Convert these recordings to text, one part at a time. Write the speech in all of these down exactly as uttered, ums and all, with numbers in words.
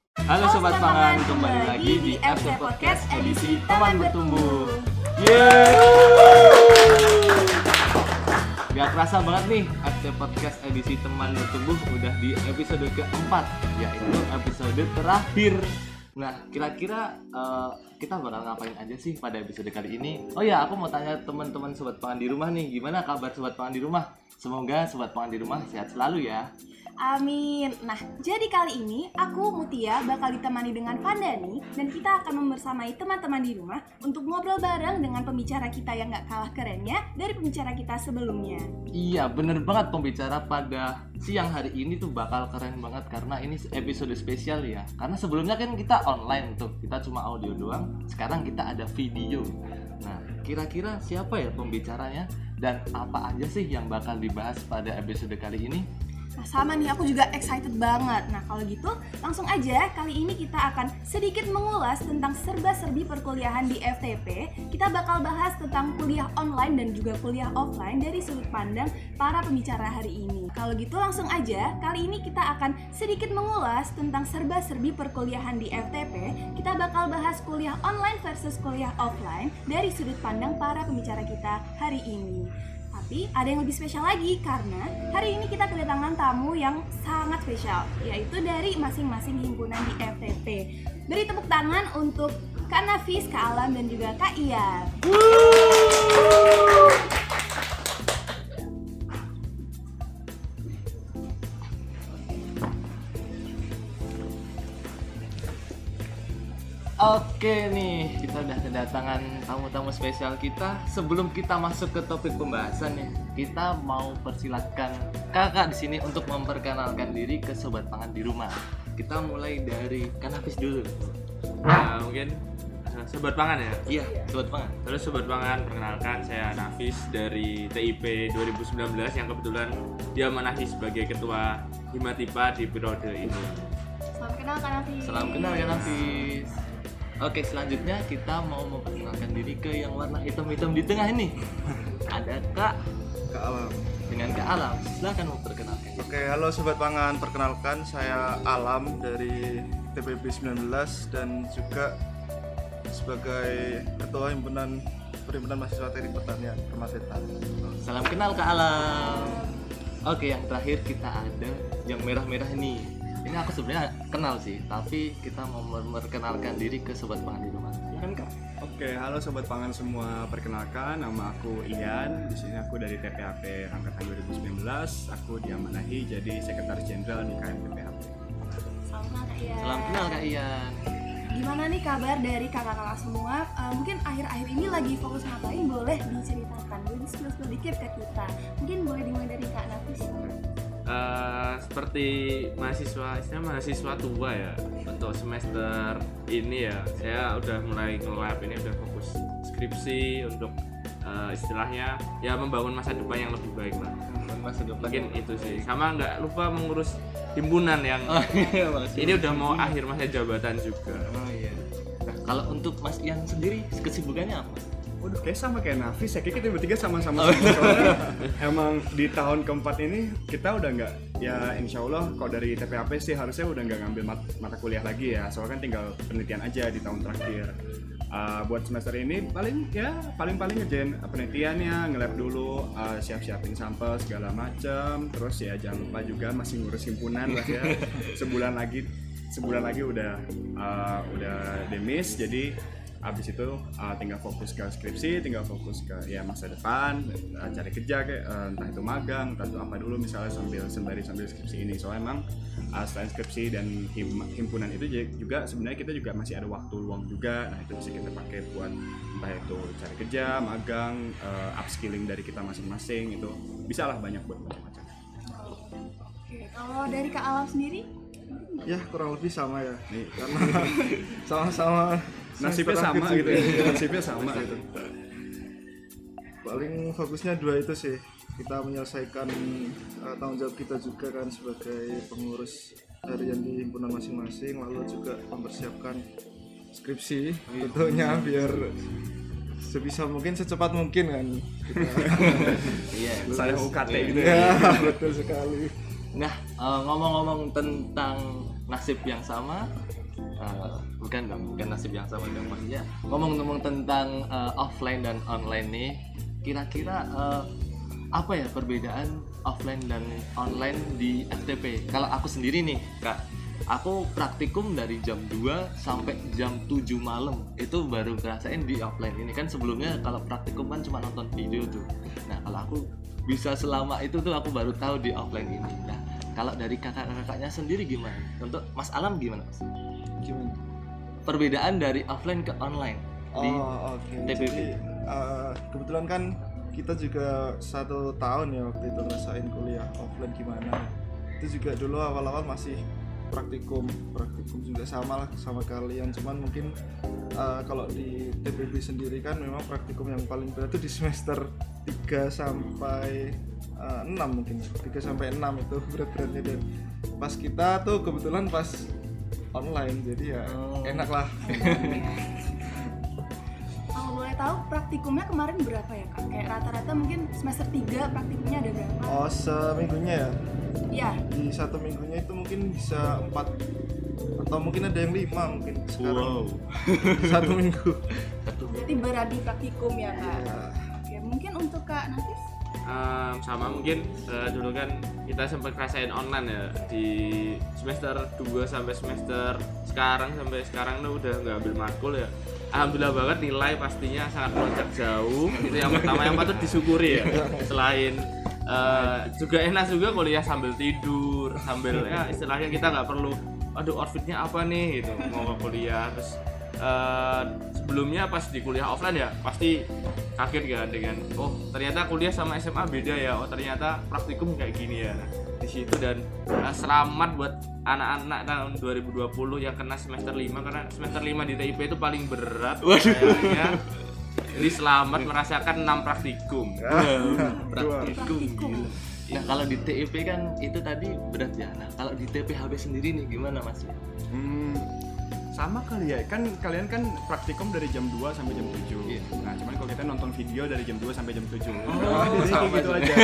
Halo Sobat Pangan, kembali lagi di F T Podcast edisi Teman Bertumbuh. Yeay! Gak kerasa banget nih, F T Podcast edisi Teman Bertumbuh udah di episode keempat, yaitu episode terakhir. Nah, kira-kira uh, kita bakal ngapain aja sih pada episode kali ini? Oh ya, aku mau tanya teman-teman Sobat Pangan di rumah nih, gimana kabar Sobat Pangan di rumah? Semoga Sobat Pangan di rumah sehat selalu ya. Amin. Nah, jadi kali ini aku Mutia bakal ditemani dengan Vandani dan kita akan membersamai teman-teman di rumah untuk ngobrol bareng dengan pembicara kita yang gak kalah kerennya dari pembicara kita sebelumnya. Iya, bener banget, pembicara pada siang hari ini tuh bakal keren banget karena ini episode spesial ya. Karena sebelumnya kan kita online tuh, kita cuma audio doang. Sekarang kita ada video. Nah, kira-kira siapa ya pembicaranya dan apa aja sih yang bakal dibahas pada episode kali ini? Nah, sama nih, aku juga excited banget. Nah, kalau gitu langsung aja kali ini kita akan sedikit mengulas tentang serba-serbi perkuliahan di F T P. Kita bakal bahas tentang kuliah online dan juga kuliah offline dari sudut pandang para pembicara hari ini. Kalau gitu langsung aja, kali ini kita akan sedikit mengulas tentang serba-serbi perkuliahan di F T P. Kita bakal bahas kuliah online versus kuliah offline dari sudut pandang para pembicara kita hari ini. Tapi ada yang lebih spesial lagi karena hari ini kita kedatangan tamu yang sangat spesial, yaitu dari masing-masing himpunan di F T P. Beri tepuk tangan untuk Kak Nafis, Kak Alam, dan juga Kak Ian. Oke nih, kita udah kedatangan tamu-tamu spesial kita. Sebelum kita masuk ke topik pembahasan nih, kita mau persilakan kakak di sini untuk memperkenalkan diri ke Sobat Pangan di rumah. Kita mulai dari Kak Nafis dulu. Nah, mungkin Sobat Pangan ya? Iya, Sobat Pangan. Terus Sobat Pangan, perkenalkan saya Nafis dari T I P dua ribu sembilan belas yang kebetulan dia menahi sebagai ketua Himatipa di periode ini. Salam kenal Kak Nafis. Salam kenal Kak Nafis. Oke, selanjutnya kita mau memperkenalkan diri ke yang warna hitam-hitam di tengah ini. Ada Kak Kak Alam. dengan Kak Alam. Silakan memperkenalkan. Oke, halo Sobat Pangan, perkenalkan saya Alam dari T P B sembilan belas dan juga sebagai Ketua Himpunan Perhimpunan Mahasiswa Teknik Pertanian Permasetan. Salam kenal Kak Alam. Oke, yang terakhir kita ada yang merah-merah ini. Ini aku sebenarnya kenal sih, tapi kita mau memperkenalkan diri ke Sobat Pangan di rumah. Ya kan Kak? Oke, halo Sobat Pangan semua, perkenalkan nama aku Ian. Di sini aku dari T P H P angkatan dua ribu sembilan belas. Aku diamanahi jadi Sekretaris Jenderal di K M T P H P. Salam kenal Kak Ian. Salam kenal Kak Ian. Gimana nih kabar dari kakak-kakak semua? Uh, mungkin akhir-akhir ini lagi fokus ngapain? Boleh diceritakan, boleh di-spill dikit ke kita. Mungkin boleh dimulai dari Kak Nafis. Uh, seperti mahasiswa, istilah mahasiswa tua ya, untuk semester ini ya, saya udah mulai nge-lab ini, udah fokus skripsi untuk uh, istilahnya ya membangun masa depan yang lebih baik lah. Masa depan Mungkin itu sih, sama nggak lupa mengurus himpunan yang Oh iya, Mas. ini udah mau akhir masa jabatan juga. Oh iya. Nah, kalau untuk Mas Ian sendiri kesibukannya apa? Waduh, kayak sama kayak Nafis ya, kayak kita bertiga sama-sama semua. Soalnya emang di tahun keempat ini kita udah nggak, ya insya Allah kalau dari T P H P sih harusnya udah nggak ngambil mat- mata kuliah lagi ya, soalnya kan tinggal penelitian aja di tahun terakhir. Uh, buat semester ini paling ya paling-paling ngerjain penelitiannya, nge-lab dulu, uh, siap-siapin sampel segala macam, terus ya jangan lupa juga masih ngurus himpunan lah ya. Sebulan lagi sebulan lagi udah uh, udah demis, jadi abis itu uh, tinggal fokus ke skripsi, tinggal fokus ke ya masa depan, uh, cari kerja kayak uh, entah itu magang, entah itu apa dulu misalnya sambil sembari sambil skripsi ini. Soalnya emang uh, selain skripsi dan him, himpunan itu juga sebenarnya kita juga masih ada waktu luang juga. Nah itu bisa kita pakai buat entah itu cari kerja, magang, uh, upskilling dari kita masing-masing, itu bisa lah banyak buat macam-macam. Oke, kalau dari Kak Alam sendiri? Ya, kurang lebih sama ya. Nih, karena sama-sama Nasibnya semester sama akhir gitu juga. ya, nasibnya sama gitu. Paling fokusnya dua itu sih. Kita menyelesaikan uh, tanggung jawab kita juga kan sebagai pengurus harian di himpunan masing-masing, lalu juga mempersiapkan skripsi tentunya biar sebisa mungkin secepat mungkin kan. Iya. Saya U K T Iya. gitu Ya, ya. betul sekali. Nah, uh, ngomong-ngomong tentang nasib yang sama, uh, bukan dong, bukan nasib yang sama dong, maksudnya ngomong-ngomong tentang uh, offline dan online nih, kira-kira uh, apa ya perbedaan offline dan online di F T P? Kalau aku sendiri nih Kak, aku praktikum dari jam dua sampai jam tujuh malam, itu baru ngerasain di offline ini. Kan sebelumnya kalau praktikum kan cuma nonton video tuh. Nah kalau aku bisa selama itu tuh aku baru tahu di offline ini. Nah kalau dari kakak-kakaknya sendiri gimana? Untuk Mas Alam gimana Mas? Gimana? Perbedaan dari offline ke online di Oh oke. T P P. Jadi uh, kebetulan kan kita juga satu tahun ya waktu itu ngerasain kuliah offline gimana. Itu juga dulu awal-awal masih praktikum, praktikum juga sama lah sama kalian. Cuman mungkin uh, kalau di T P B sendiri kan memang praktikum yang paling berat itu di semester tiga sampai uh, enam mungkin. tiga sampai enam itu berat-beratnya, dan pas kita tuh kebetulan pas online jadi ya Oh. enak lah. Kalau boleh tahu praktikumnya kemarin berapa ya Kak? Kayak rata-rata mungkin semester tiga praktikumnya ada berapa? Oh seminggunya ya? Iya. Di satu minggunya itu mungkin bisa empat atau mungkin ada yang lima mungkin sekarang. Wow. Satu minggu. Berarti berat di praktikum ya Kak? Ya. Oke, mungkin untuk Kak Nafis? Um, sama mungkin uh, dulu kan kita sempat ngerasain online ya di semester dua sampai semester sekarang sampai sekarang tuh udah nggak ambil matkul ya. Alhamdulillah banget nilai pastinya sangat melonjak jauh. Itu yang pertama yang patut disyukuri ya. Selain uh, juga enak juga kuliah sambil tidur, sambil ya istilahnya kita nggak perlu aduh outfitnya apa nih gitu mau ke kuliah. Terus uh, sebelumnya pas di kuliah offline ya pasti kaget kan dengan oh ternyata kuliah sama S M A beda ya, oh ternyata praktikum kayak gini ya di situ. Dan uh, selamat buat anak-anak tahun dua ribu dua puluh yang kena semester lima, karena semester lima di T I P itu paling berat kayaknya. Jadi selamat merasakan enam praktikum. Praktikum. Nah kalau di T I P kan itu tadi berat ya. Nah kalau di T P H B sendiri nih gimana Mas? Hmm, sama kali ya, kan kalian kan praktikum dari jam dua sampai jam tujuh. Iya. Nah cuman kalau kita nonton video dari jam dua sampai jam tujuh. Oh, jadi sama kayak gitu juga. aja.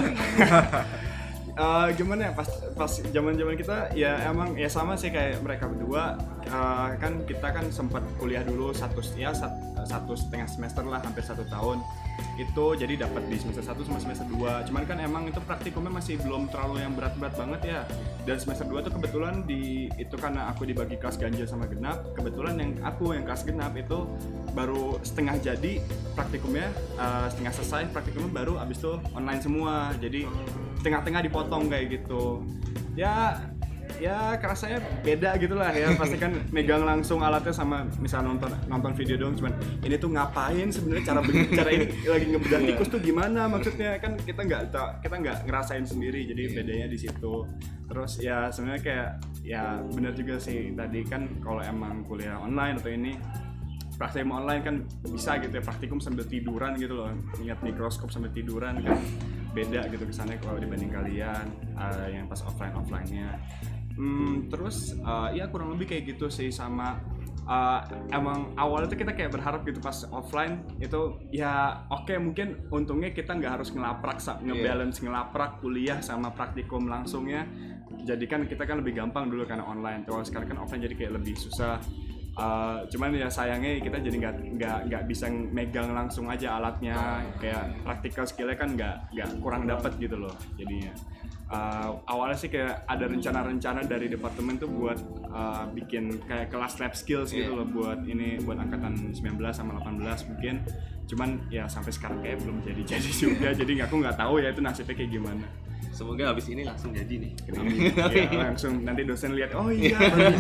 Uh, gimana ya pas pas zaman-zaman kita ya emang ya sama sih kayak mereka berdua. Uh, kan kita kan sempat kuliah dulu satu ya sat, satu setengah semester lah, hampir satu tahun itu, jadi dapat di semester satu sama semester dua. Cuman kan emang itu praktikumnya masih belum terlalu yang berat-berat banget ya. Dan semester dua tuh kebetulan di itu karena aku dibagi kelas ganjil sama genap, kebetulan yang aku yang kelas genap itu baru setengah jadi praktikumnya, uh, setengah selesai praktikumnya, baru abis itu online semua. Jadi tengah-tengah dipotong kayak gitu. Ya ya kerasanya beda gitulah ya, pasti kan megang langsung alatnya sama misal nonton nonton video dong, cuman ini tuh ngapain sebenarnya, cara cara ini lagi ngebedah tikus tuh gimana maksudnya, kan kita nggak kita nggak ngerasain sendiri, jadi bedanya di situ. Terus ya sebenarnya kayak ya benar juga sih tadi kan, kalau emang kuliah online atau ini praktikum online kan bisa gitu ya, praktikum sambil tiduran gitu loh, ingat mikroskop sambil tiduran kan beda gitu kesannya kalau dibanding kalian uh, yang pas offline offline-nya. Hmm, terus uh, ya kurang lebih kayak gitu sih, sama uh, emang awalnya tuh kita kayak berharap gitu pas offline itu ya oke okay, mungkin untungnya kita nggak harus ngelaprak ngebalance ngelaprak kuliah sama praktikum langsungnya, jadi kan kita kan lebih gampang dulu karena online. Kalau sekarang kan offline jadi kayak lebih susah. Uh, cuman ya sayangnya kita jadi nggak nggak nggak bisa megang langsung aja alatnya, kayak practical skillnya kan nggak nggak kurang dapet gitu loh jadinya. Uh, awalnya sih kayak ada rencana-rencana dari departemen tuh buat uh, bikin kayak kelas lab skills gitu loh buat ini, buat angkatan sembilan belas sama delapan belas mungkin. Cuman ya sampai sekarang kayak belum jadi-jadi juga, jadi aku nggak tahu ya itu nasibnya kayak gimana. Semoga abis ini langsung jadi nih. Ya, langsung nanti dosen lihat, oh iya.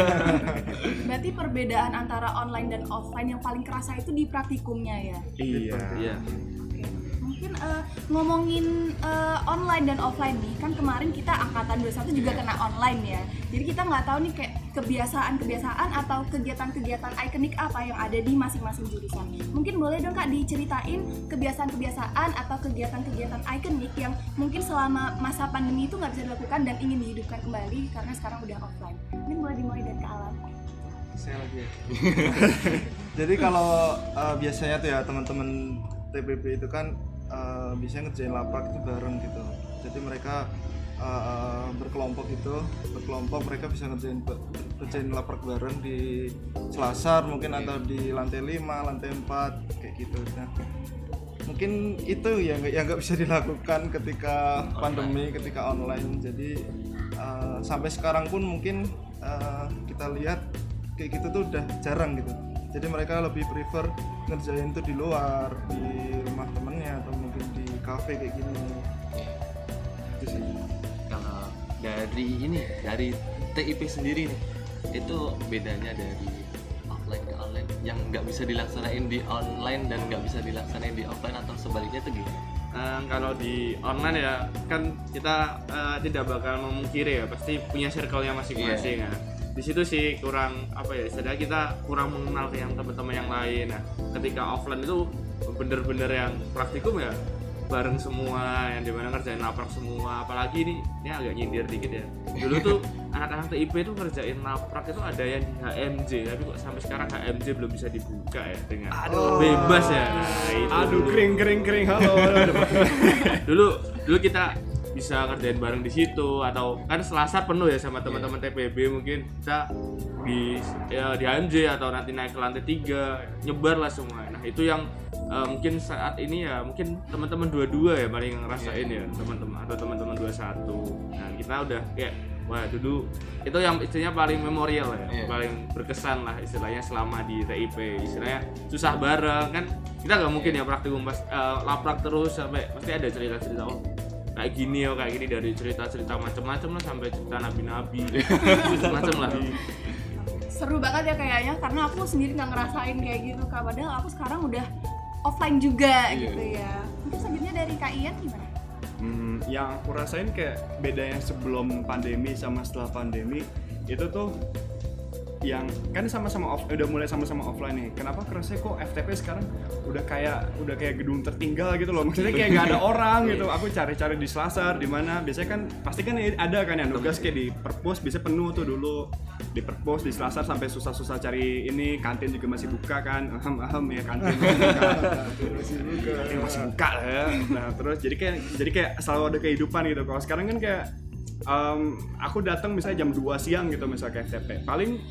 Berarti perbedaan antara online dan offline yang paling kerasa itu di praktikumnya ya? Iya. Iya. Oke. Mungkin uh, ngomongin uh, online dan offline nih, kan kemarin kita angkatan dua puluh satu juga kena online ya. Jadi kita nggak tahu nih kayak kebiasaan-kebiasaan atau kegiatan-kegiatan ikonik apa yang ada di masing-masing jurusan. Mungkin boleh dong Kak diceritain kebiasaan-kebiasaan atau kegiatan-kegiatan ikonik yang mungkin selama masa pandemi itu nggak bisa dilakukan dan ingin dihidupkan kembali karena sekarang udah offline. Mungkin boleh dimulai dari Kak Alam. Saya lagi ya. Jadi kalau uh, biasanya tuh ya teman-teman T P B itu kan uh, biasanya ngerjain laprak itu bareng gitu. Jadi mereka uh, berkelompok itu berkelompok mereka bisa ngerjain ngerjain laprak bareng di selasar mungkin atau di lantai lima, lantai empat kayak gitu. Nah, mungkin itu yang yang nggak bisa dilakukan ketika pandemi, ketika online. Jadi uh, sampai sekarang pun mungkin uh, kita lihat kayak gitu tuh udah jarang gitu. Jadi mereka lebih prefer ngerjain tuh di luar, di rumah temennya atau mungkin di kafe kayak gini. Itu sih. Kalau dari ini, dari T I P sendiri nih, itu bedanya dari offline ke online yang nggak bisa dilaksanain di online dan nggak bisa dilaksanain di offline atau sebaliknya itu gimana? Uh, kalau di online ya kan kita uh, tidak bakal memungkiri ya, pasti punya circle-nya masing-masing yeah. ya. Di situ sih kurang apa ya, istilahnya kita kurang mengenal yang teman-teman yang lain. Nah, ketika offline itu bener-bener yang praktikum ya bareng semua, yang dimana ngerjain laprak semua. Apalagi ini ini agak nyindir dikit ya, dulu tuh anak-anak T I P itu ngerjain laprak itu ada yang di H M J, tapi kok sampai sekarang H M J belum bisa dibuka ya dengan Aduh. bebas ya. Nah, itu Aduh, dulu. kering kering kering halo. dulu dulu kita bisa ngerjain bareng di situ, atau kan Selasa penuh ya sama teman-teman T P B, mungkin kita di ya, di H M J atau nanti naik ke lantai tiga nyebar lah semua. Nah, itu yang uh, mungkin saat ini ya mungkin teman-teman dua-dua ya paling ngerasain ya, teman-teman atau teman-teman dua puluh satu. Nah, kita udah kayak wah dulu itu yang istilahnya paling memorial ya, yeah. paling berkesan lah istilahnya selama di T I P. Istilahnya susah bareng kan, kita nggak mungkin ya praktikum pas uh, laprak terus sampai pasti ada cerita-cerita oh kayak gini oh kayak gini, dari cerita-cerita macam-macam lah sampai cerita nabi-nabi macam lah. Seru banget ya kayaknya, karena aku sendiri nggak ngerasain kayak gitu Kak, padahal aku sekarang udah offline juga yeah. gitu ya. Mungkin selanjutnya dari Kak Ian gimana? Hmm, yang aku rasain kayak bedanya sebelum pandemi sama setelah pandemi itu tuh yang kan sama-sama off, udah mulai sama-sama offline nih. Kenapa kerasa kok F T P sekarang udah kayak udah kayak gedung tertinggal gitu loh. Maksudnya kayak nggak ada orang gitu. Aku cari-cari di Selasar di mana. Biasanya kan pasti kan ada kan yang nugas kayak di Perpus bisa penuh tuh dulu. Di Perpus di Selasar sampai susah-susah cari ini, kantin juga masih buka kan. Ahem-ahem ya kantin masih buka. Masih buka. Kantin masih buka lah ya. Nah, terus jadi kayak jadi kayak selalu ada kehidupan gitu. Kalau sekarang kan kayak um, aku datang misalnya jam dua siang gitu misalnya ke F T P. Paling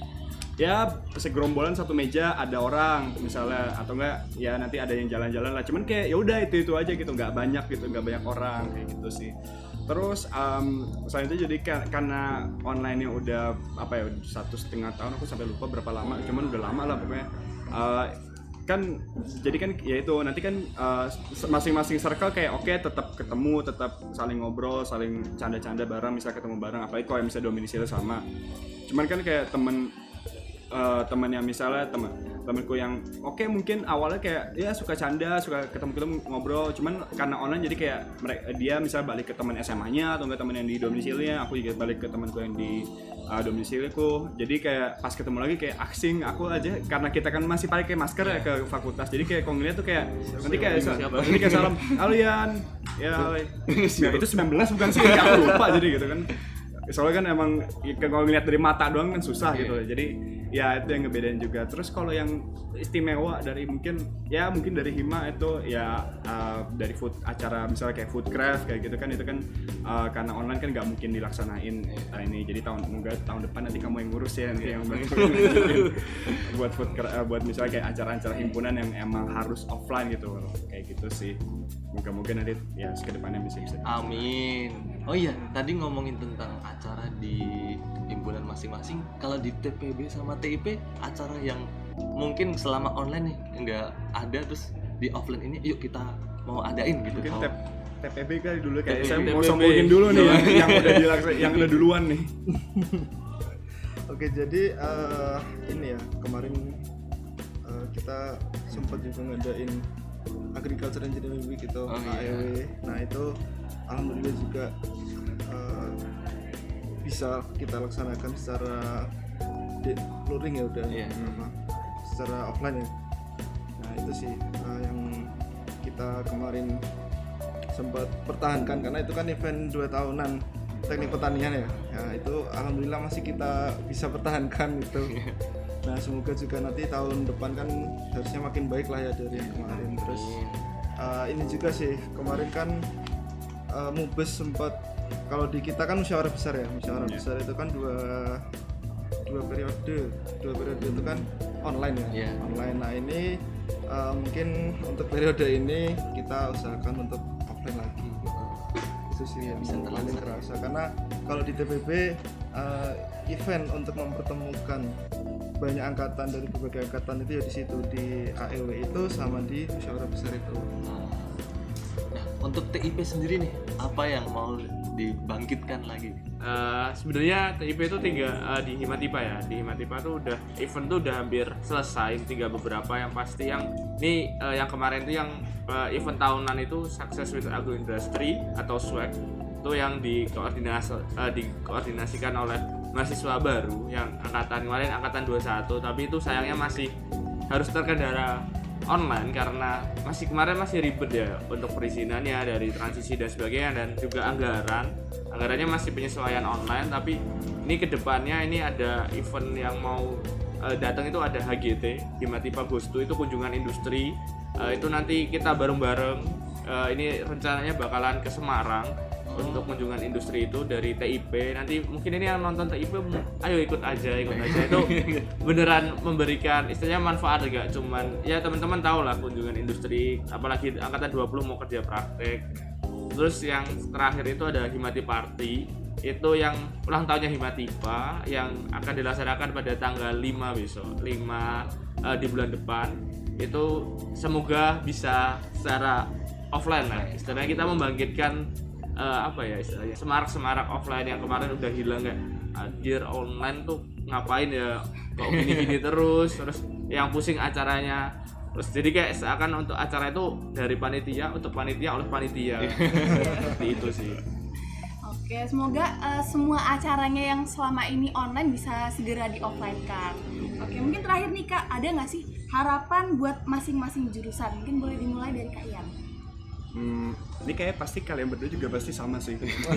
ya segerombolan satu meja ada orang misalnya, atau enggak ya nanti ada yang jalan-jalan lah, cuman kayak ya udah itu itu aja gitu, nggak banyak gitu, nggak banyak orang kayak gitu sih. Terus um, selain itu jadi kan, karena online nya udah apa ya satu setengah tahun, aku sampai lupa berapa lama, cuman udah lama lah pokoknya. Uh, kan jadi kan ya itu nanti kan uh, masing-masing circle kayak oke okay, tetap ketemu, tetap saling ngobrol, saling canda-canda bareng, misalnya ketemu bareng, apalagi kalau misalnya domisili sama. Cuman kan kayak temen Uh, teman yang misalnya teman temanku yang oke okay, mungkin awalnya kayak ya suka canda, suka ketemu-ketemu ngobrol, cuman karena online jadi kayak mereka, dia misalnya balik ke teman S M A-nya atau enggak teman yang di domisilinya, aku juga balik ke temanku yang di uh, domisiliku. Jadi kayak pas ketemu lagi kayak asing aku aja, karena kita kan masih pakai masker ya ke fakultas. Jadi kayak kalau ngeliat tuh kayak nanti kayak nanti kayak salam Alian ya halo. Nah, itu sembilan belas bukan sih, aku lupa jadi gitu kan. Soalnya kan emang kalau ngeliat dari mata doang kan susah gitu, jadi ya itu yang ngebedain juga. Terus kalau yang istimewa dari mungkin ya mungkin dari Hima itu ya uh, dari food acara misalnya kayak food craft kayak gitu kan, itu kan uh, karena online kan nggak mungkin dilaksanain uh, ini, jadi tahun enggak tahun depan nanti kamu yang ngurus ya nanti yang buat food uh, buat misalnya kayak acara-acara himpunan yang emang harus offline gitu kayak gitu sih. Moga-moga nanti ya kedepannya bisa bisa. Amin. Oh iya, tadi ngomongin tentang acara di himpunan masing-masing. Kalau di T P B sama T I P, acara yang mungkin selama online nih nggak ada, terus di offline ini yuk kita mau adain gitu. Mungkin oh. T P B kali dulu kayak T P B. saya mau sombongin dulu nih yang, yang udah dilaksa, yang udah duluan nih. Oke, jadi uh, ini ya kemarin uh, kita sempat juga ngadain Agriculture Engineering Week itu, oh, A E W. Iya. Nah itu alhamdulillah juga uh, bisa kita laksanakan secara luring ya udah, yeah. apa, secara offline ya. Nah itu sih uh, yang kita kemarin sempat pertahankan, karena itu kan event dua tahunan teknik pertanian ya. Ya itu alhamdulillah masih kita bisa pertahankan itu. Nah semoga juga nanti tahun depan kan harusnya makin baik lah ya dari yang kemarin. Terus uh, ini juga sih kemarin kan uh, Mubes sempat kalau di kita kan musyawarah besar ya, musyawarah Iya. besar itu kan dua dua periode, dua periode itu kan online ya, Iya. online. Nah ini uh, mungkin untuk periode ini kita usahakan untuk offline lagi. Gitu. Itu sih yang Bisa paling terlaksana. terasa. Karena kalau di T P B uh, event untuk mempertemukan banyak angkatan dari berbagai angkatan itu ya di situ di A E W itu sama di musyawarah besar itu. Nah, untuk T I P sendiri nih, apa yang mau dibangkitkan lagi? Eh, sebenarnya T I P itu tiga eh, di Himatipa ya. Di Himatipa tuh udah event tuh udah hampir selesai, tinggal beberapa yang pasti yang ini eh, yang kemarin tuh yang eh, event tahunan itu Success with Agro Industry atau SWAG itu yang dikoordinasi eh, dikoordinasikan oleh mahasiswa baru yang angkatan kemarin angkatan dua puluh satu, tapi itu sayangnya masih harus terkendala online karena masih kemarin masih ribet ya untuk perizinannya dari transisi dan sebagainya, dan juga anggaran anggarannya masih penyesuaian online. Tapi ini kedepannya ini ada event yang mau uh, datang itu ada H G T Himatipa Gostu, itu kunjungan industri. Uh, itu nanti kita bareng-bareng uh, ini rencananya bakalan ke Semarang untuk kunjungan industri itu dari T I P. Nanti mungkin ini yang nonton T I P ayo ikut aja ikut aja itu beneran memberikan istilahnya manfaat, gak cuman ya teman-teman tahu lah kunjungan industri, apalagi angkatan dua puluh mau kerja praktek. Terus yang terakhir itu ada Himati Party, itu yang ulang tahunnya Himatipa yang akan dilaksanakan pada tanggal lima besok, lima uh, di bulan depan. Itu semoga bisa secara offline lah, istilahnya kita membangkitkan Uh, apa ya istilahnya semarak-semarak offline yang kemarin udah hilang, kayak anjir online tuh ngapain ya kok gini-gini terus terus yang pusing acaranya, terus jadi kayak seakan untuk acara itu dari panitia untuk panitia oleh panitia seperti itu sih. Oke, semoga uh, semua acaranya yang selama ini online bisa segera di offline kan. Oke, mungkin terakhir nih Kak, ada nggak sih harapan buat masing-masing jurusan? Mungkin boleh dimulai dari Kak Ian. Hmm, ini kayak pasti kalian berdua juga pasti sama sih.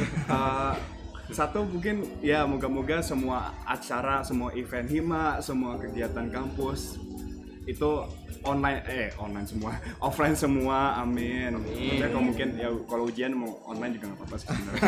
uh, satu mungkin ya moga-moga semua acara, semua event Hima, semua kegiatan kampus itu online eh online semua, offline semua, amin. Maksudnya kalau mungkin ya kalau ujian mau online juga nggak apa-apa sebenarnya.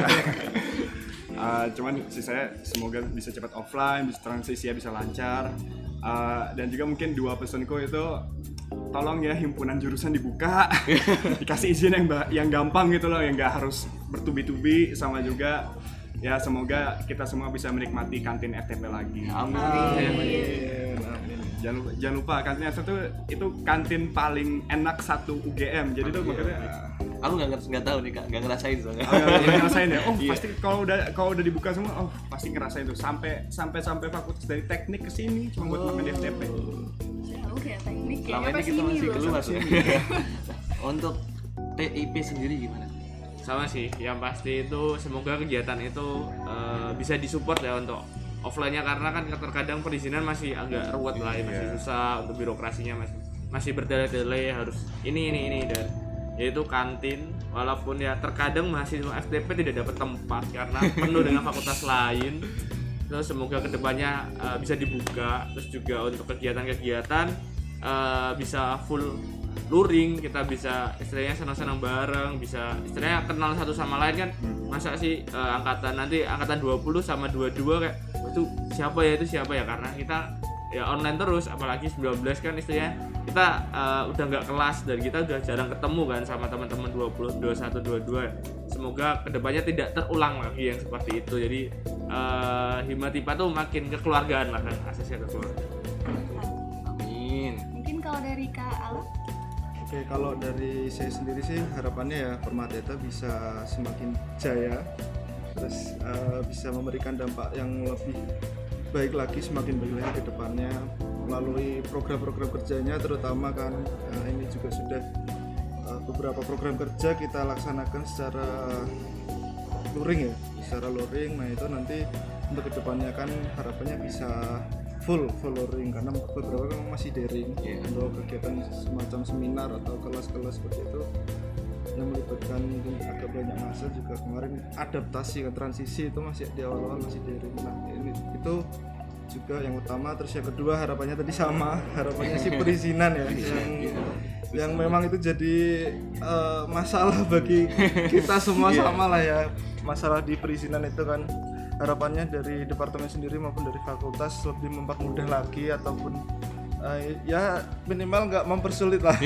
uh, cuman sih saya semoga bisa cepat offline, bisa transisi ya bisa lancar. Uh, dan juga mungkin dua pesanku itu tolong ya himpunan jurusan dibuka, dikasih izin yang yang gampang gitu loh, yang nggak harus bertubi-tubi, sama juga ya semoga kita semua bisa menikmati kantin F T P lagi. Amin. Amin. Amin. Jangan lupa, jangan lupa kantin F T P itu, itu kantin paling enak satu U G M. Jadi tuh makanya Aku nggak ngerti, nggak tahu nih Kak, nggak ngerasain soalnya. oh, nggak ngerasain ya. Oh Iya. pasti kalau udah kalau udah dibuka semua, oh pasti ngerasain tuh sampai sampai sampai fakultas dari teknik ke sini cuma buat makan di F T P. Jauh ya teknik ya, Selama ini kita masih keluar sih. Untuk T I P sendiri gimana? Sama sih, yang pasti itu semoga kegiatan itu uh, bisa disupport ya untuk offline-nya, karena kan terkadang perizinan masih agak ruwet lah, ya, masih susah untuk birokrasinya, masih masih bertele-tele harus ini ini ini dan yaitu kantin, walaupun ya terkadang mahasiswa F T P tidak dapat tempat karena penuh dengan fakultas lain. Terus semoga kedepannya uh, bisa dibuka, terus juga untuk kegiatan-kegiatan uh, bisa full luring, kita bisa istilahnya senang-senang bareng, bisa istilahnya kenal satu sama lain kan. Masa sih uh, angkatan nanti angkatan dua puluh sama dua puluh dua kayak itu siapa ya itu siapa ya, karena kita ya online terus, apalagi sembilan belas kan istilahnya kita uh, udah nggak kelas dan kita udah jarang ketemu kan sama teman-teman dua puluh, dua puluh satu, dua puluh dua. Semoga kedepannya tidak terulang lagi yang seperti itu. Jadi uh, Himatipa tuh makin kekeluargaan lah kan, asasnya kekeluargaan. Amin. Mungkin kalau dari Kak Alam? Oke, kalau dari saya sendiri sih harapannya ya Permadeta bisa semakin jaya, terus uh, bisa memberikan dampak yang lebih baik lagi, semakin baik lagi ke depannya melalui program-program kerjanya, terutama kan uh, ini juga sudah uh, beberapa program kerja kita laksanakan secara luring ya, secara luring. Nah itu nanti untuk kedepannya kan harapannya bisa full full luring, karena beberapa memang masih daring. Yeah. Untuk kegiatan semacam seminar atau kelas-kelas seperti itu yang melibatkan mungkin agak banyak masa, juga kemarin adaptasi ke transisi itu masih di awal-awal masih daring. Nah ini itu juga yang utama. Terus yang kedua harapannya tadi sama, harapannya sih perizinan ya yang yang memang itu jadi uh, masalah bagi kita semua sama lah ya, masalah di perizinan itu kan. Harapannya dari departemen sendiri maupun dari fakultas lebih mempermudah lagi ataupun uh, ya minimal nggak mempersulit lah.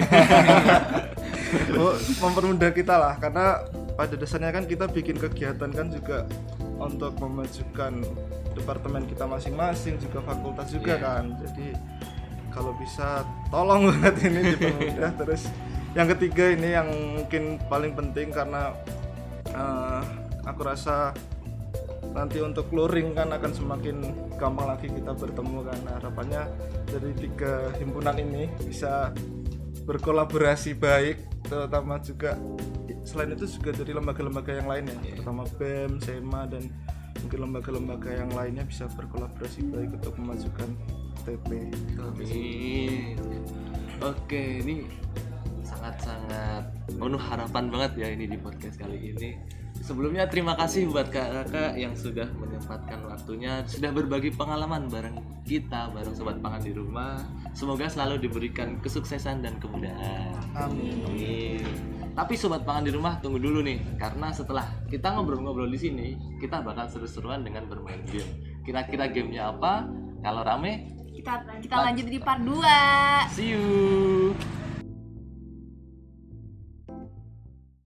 Mempermudah kita lah, karena pada dasarnya kan kita bikin kegiatan kan juga untuk memajukan departemen kita masing-masing, juga fakultas juga yeah. kan. Jadi kalau bisa tolong banget ini dipermudah. Terus yang ketiga ini yang mungkin paling penting karena uh, aku rasa nanti untuk luring kan akan semakin gampang lagi kita bertemu kan. Harapannya dari tiga himpunan ini bisa berkolaborasi baik, terutama juga selain itu juga dari lembaga-lembaga yang lain ya, terutama B E M, S E M A dan mungkin lembaga-lembaga yang lainnya bisa berkolaborasi baik untuk memajukan T P. Amin. Oke, ini sangat-sangat penuh harapan banget ya ini di podcast kali ini. Sebelumnya terima kasih buat kakak yang sudah menyempatkan waktunya, sudah berbagi pengalaman bareng kita, bareng Sobat Pangan di Rumah. Semoga selalu diberikan kesuksesan dan kemudahan. Amin. Amin. Tapi Sobat Pangan di Rumah tunggu dulu nih, karena setelah kita ngobrol-ngobrol di sini, kita bakal seru-seruan dengan bermain game. Kira-kira gamenya apa? Kalau rame, Kita kita lanjut di part dua. see you.